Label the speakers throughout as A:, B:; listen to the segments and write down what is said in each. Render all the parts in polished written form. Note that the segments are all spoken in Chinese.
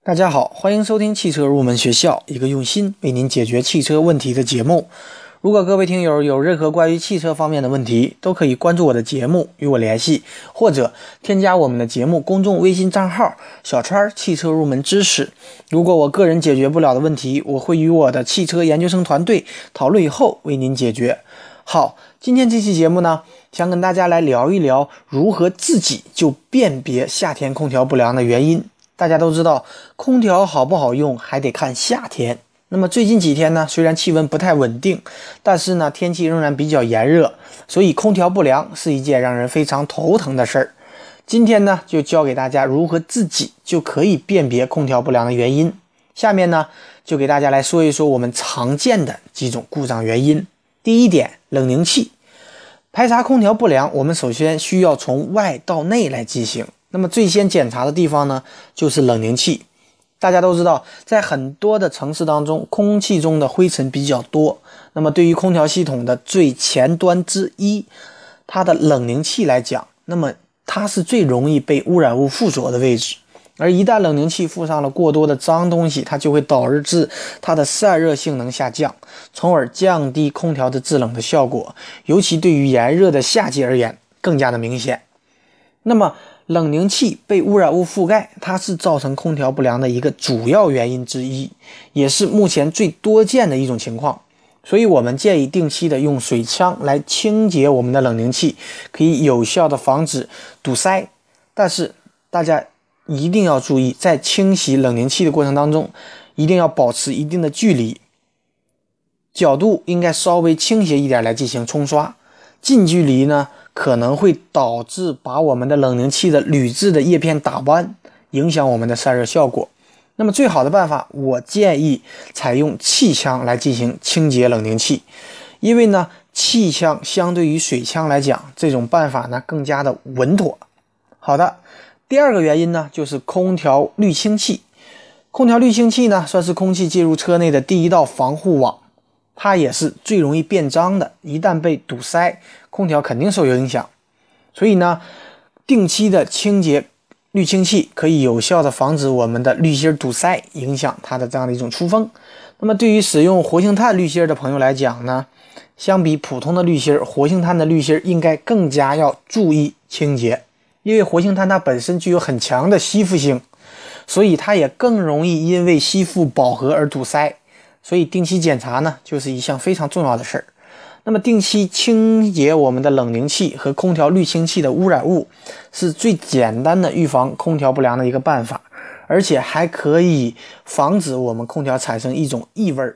A: 大家好，欢迎收听汽车入门学校，一个用心为您解决汽车问题的节目。如果各位听友有任何关于汽车方面的问题，都可以关注我的节目与我联系，或者添加我们的节目公众微信账号小川汽车入门知识。如果我个人解决不了的问题，我会与我的汽车研究生团队讨论以后为您解决。好，今天这期节目呢，想跟大家来聊一聊如何自己就辨别夏天空调不良的原因。大家都知道，空调好不好用还得看夏天。那么最近几天呢，虽然气温不太稳定，但是呢天气仍然比较炎热，所以空调不良是一件让人非常头疼的事儿。今天呢就教给大家如何自己就可以辨别空调不良的原因。下面呢就给大家来说一说我们常见的几种故障原因。第一点，冷凝器。排查空调不良，我们首先需要从外到内来进行。那么最先检查的地方呢，就是冷凝器。大家都知道，在很多的城市当中，空气中的灰尘比较多。那么对于空调系统的最前端之一，它的冷凝器来讲，那么它是最容易被污染物附着的位置。而一旦冷凝器附上了过多的脏东西，它就会导致它的散热性能下降，从而降低空调的制冷的效果。尤其对于炎热的夏季而言，更加的明显。那么冷凝器被污染物覆盖，它是造成空调不良的一个主要原因之一，也是目前最多见的一种情况。所以我们建议定期的用水枪来清洁我们的冷凝器，可以有效的防止堵塞。但是大家一定要注意，在清洗冷凝器的过程当中，一定要保持一定的距离，角度应该稍微倾斜一点来进行冲刷。近距离呢可能会导致把我们的冷凝器的铝制的叶片打弯，影响我们的散热效果。那么最好的办法，我建议采用气枪来进行清洁冷凝器，因为呢气枪相对于水枪来讲，这种办法呢更加的稳妥。好的，第二个原因呢就是空调滤清器。空调滤清器呢算是空气进入车内的第一道防护网，它也是最容易变脏的，一旦被堵塞，空调肯定受影响。所以呢，定期的清洁滤清器可以有效的防止我们的滤芯堵塞，影响它的这样的一种出风。那么对于使用活性炭滤芯的朋友来讲呢，相比普通的滤芯，活性炭的滤芯应该更加要注意清洁，因为活性炭它本身具有很强的吸附性，所以它也更容易因为吸附饱和而堵塞。所以定期检查呢就是一项非常重要的事儿。那么定期清洁我们的冷凝器和空调滤清器的污染物，是最简单的预防空调不良的一个办法，而且还可以防止我们空调产生一种异味。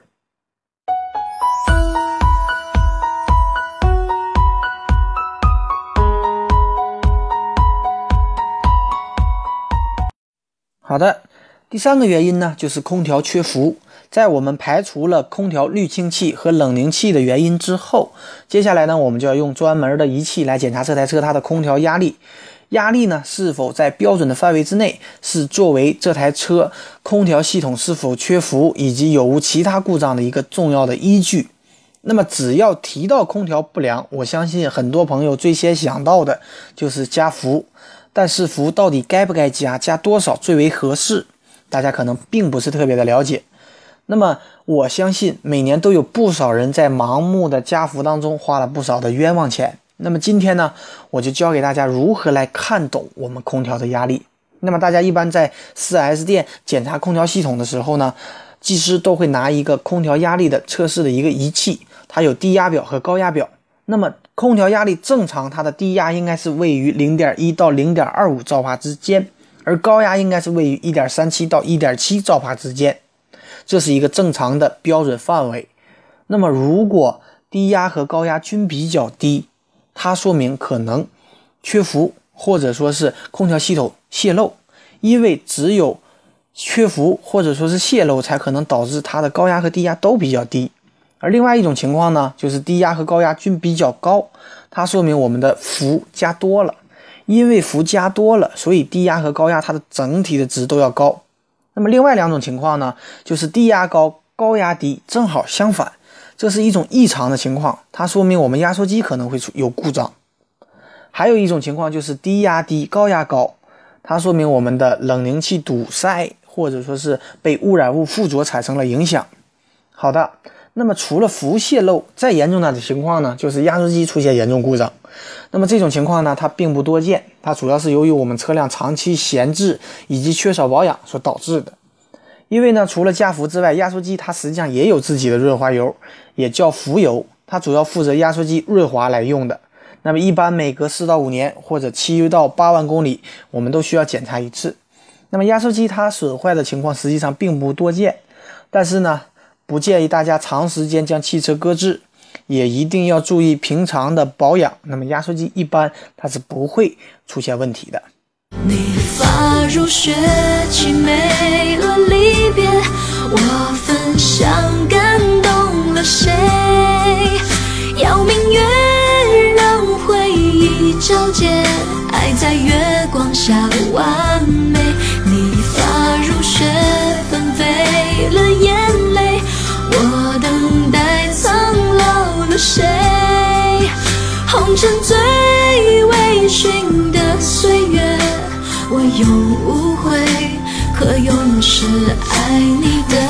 A: 好的，第三个原因呢就是空调缺氟。在我们排除了空调滤清器和冷凝器的原因之后，接下来呢我们就要用专门的仪器来检查这台车它的空调压力。压力呢是否在标准的范围之内，是作为这台车空调系统是否缺氟以及有无其他故障的一个重要的依据。那么只要提到空调不良，我相信很多朋友最先想到的就是加氟。但是氟到底该不该加，加多少最为合适，大家可能并不是特别的了解。那么我相信每年都有不少人在盲目的加氟当中花了不少的冤枉钱。那么今天呢，我就教给大家如何来看懂我们空调的压力。那么大家一般在 4S 店检查空调系统的时候呢，技师都会拿一个空调压力的测试的一个仪器，它有低压表和高压表。那么空调压力正常，它的低压应该是位于 0.1 到 0.25 兆帕之间，而高压应该是位于 1.37 到 1.7 兆帕之间，这是一个正常的标准范围。那么如果低压和高压均比较低，它说明可能缺氟，或者说是空调系统泄漏，因为只有缺氟或者说是泄漏才可能导致它的高压和低压都比较低。而另外一种情况呢，就是低压和高压均比较高，它说明我们的氟加多了，因为氟加多了，所以低压和高压它的整体的值都要高。那么另外两种情况呢，就是低压高，高压低，正好相反，这是一种异常的情况，它说明我们压缩机可能会有故障。还有一种情况就是低压低，高压高，它说明我们的冷凝器堵塞或者说是被污染物附着产生了影响。好的，那么除了服务泄漏，再严重的情况呢，就是压缩机出现严重故障。那么这种情况呢，它并不多见，它主要是由于我们车辆长期闲置以及缺少保养所导致的。因为呢，除了加氟之外，压缩机它实际上也有自己的润滑油，也叫氟油，它主要负责压缩机润滑来用的。那么一般每隔4到5年或者7到8万公里，我们都需要检查一次。那么压缩机它损坏的情况实际上并不多见，但是呢，不建议大家长时间将汽车搁置，也一定要注意平常的保养。那么压缩机一般它是不会出现问题的。
B: 你发如雪，凄美了离别，我分享感动了谁？要明月让回忆交接，爱在月光下完美。你发如雪，纷飞了眼泪，我等待苍老了谁？红尘最微醺的岁月，我永无悔，可永世爱你的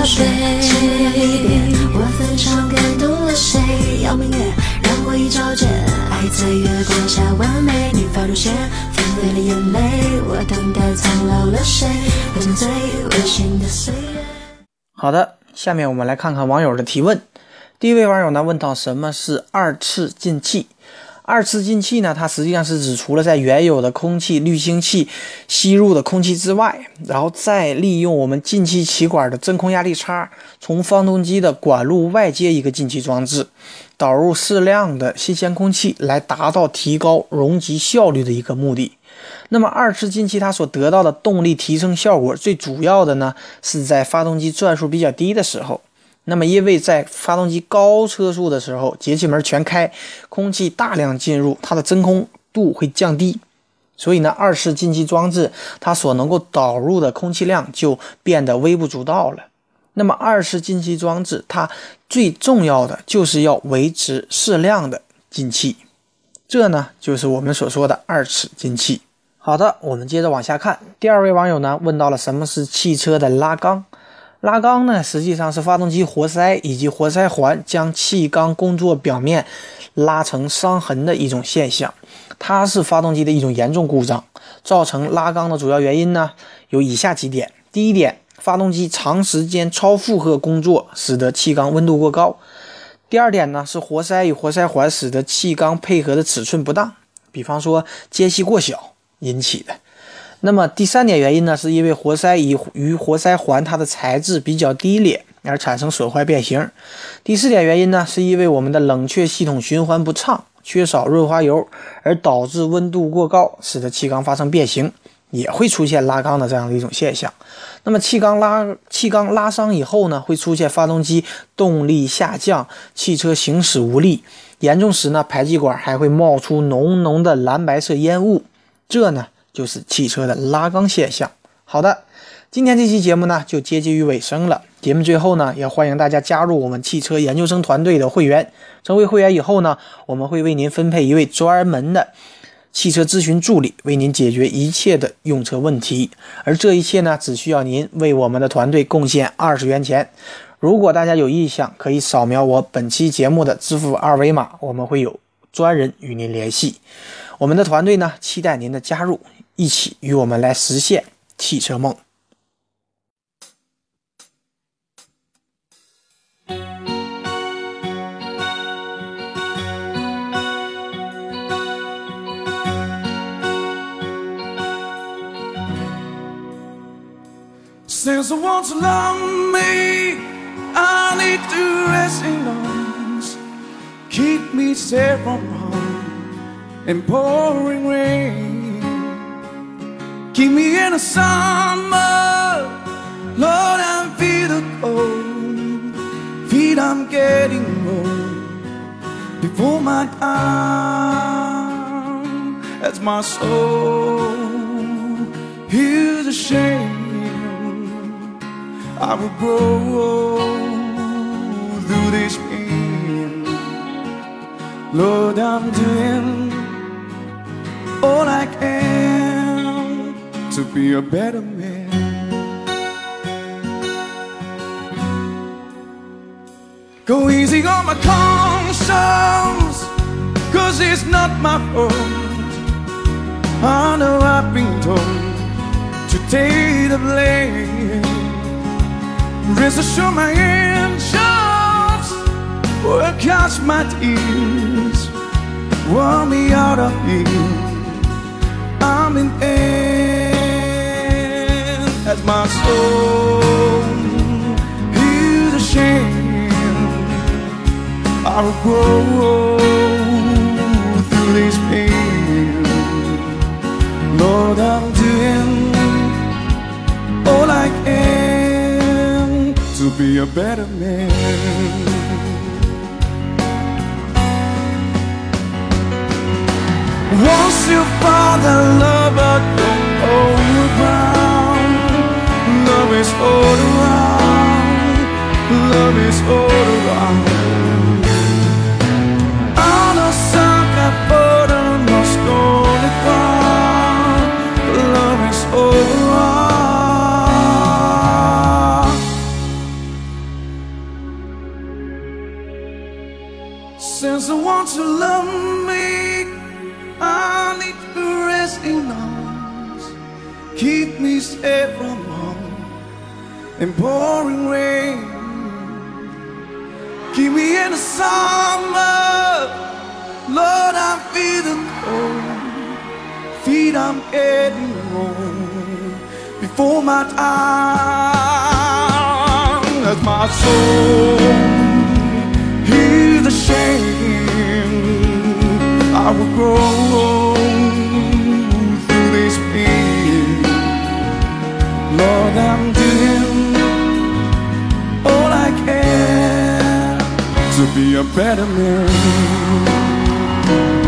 B: 背。我分享感动了谁？要明月让回忆交接，爱在月光下完美。你发如雪，纷飞了眼泪，我等待苍老了谁？我将最微醺的岁月。
A: 好的，下面我们来看看网友的提问。第一位网友呢问到什么是二次进气。二次进气呢，它实际上是指除了在原有的空气滤清器吸入的空气之外，然后再利用我们进气气管的真空压力差，从发动机的管路外接一个进气装置，导入适量的新鲜空气，来达到提高容积效率的一个目的。那么二次进气它所得到的动力提升效果，最主要的呢是在发动机转速比较低的时候。那么因为在发动机高车速的时候，节气门全开，空气大量进入，它的真空度会降低，所以呢，二次进气装置它所能够导入的空气量就变得微不足道了。那么二次进气装置它最重要的就是要维持适量的进气，这呢就是我们所说的二次进气。好的，我们接着往下看。第二位网友呢问到了什么是汽车的拉缸。拉缸呢，实际上是发动机活塞以及活塞环将气缸工作表面拉成伤痕的一种现象，它是发动机的一种严重故障。造成拉缸的主要原因呢，有以下几点。第一点，发动机长时间超负荷工作，使得气缸温度过高。第二点呢，是活塞与活塞环使得气缸配合的尺寸不当，比方说间隙过小引起的。那么第三点原因呢，是因为活塞与活塞环它的材质比较低劣而产生损坏变形。第四点原因呢，是因为我们的冷却系统循环不畅，缺少润滑油，而导致温度过高，使得气缸发生变形，也会出现拉缸的这样的一种现象。那么气缸拉伤以后呢，会出现发动机动力下降，汽车行驶无力，严重时呢，排气管还会冒出浓浓的蓝白色烟雾，这呢就是汽车的拉缸现象。好的，今天这期节目呢就接近于尾声了。节目最后呢，也欢迎大家加入我们汽车研究生团队的会员。成为会员以后呢，我们会为您分配一位专门的汽车咨询助理，为您解决一切的用车问题。而这一切呢，只需要您为我们的团队贡献20元钱。如果大家有意向，可以扫描我本期节目的支付二维码，我们会有专人与您联系。我们的团队呢，期待您的加入，一起与我们来实现汽车梦。
C: Since I want to love me, I need to rest in arms, keep me safe from harm and pouring rain. Keep me in the summer, Lord, I feel the cold. Feet, I'm getting old before my time. As my soul hears a shame, I will grow through this pain. Lord, I'm doing all I can to be a better man. Go easy on my conscience, 'cause it's not my fault. I know I've been told to take the blame. Rest assured my angels will catch my tears, warm me out of here. I'm in pain as my soul hears the shame. I will grow through this pain. Lord, I'm doing all I can to be a better man. Once you found the love, but don't hold your ground. Love is all around. Love is all around. I'm a sucker for the most golden ground. Love is all around. Since the ones who love me, I need to rest in arms. Keep me safe from harm and pouring rain. Keep me in the summer, Lord, I'm feeling cold. Feet I'm getting old before my time. As my soul hears the shame, I will grow through this pain. Lord, I'm doing all I can to be a better man.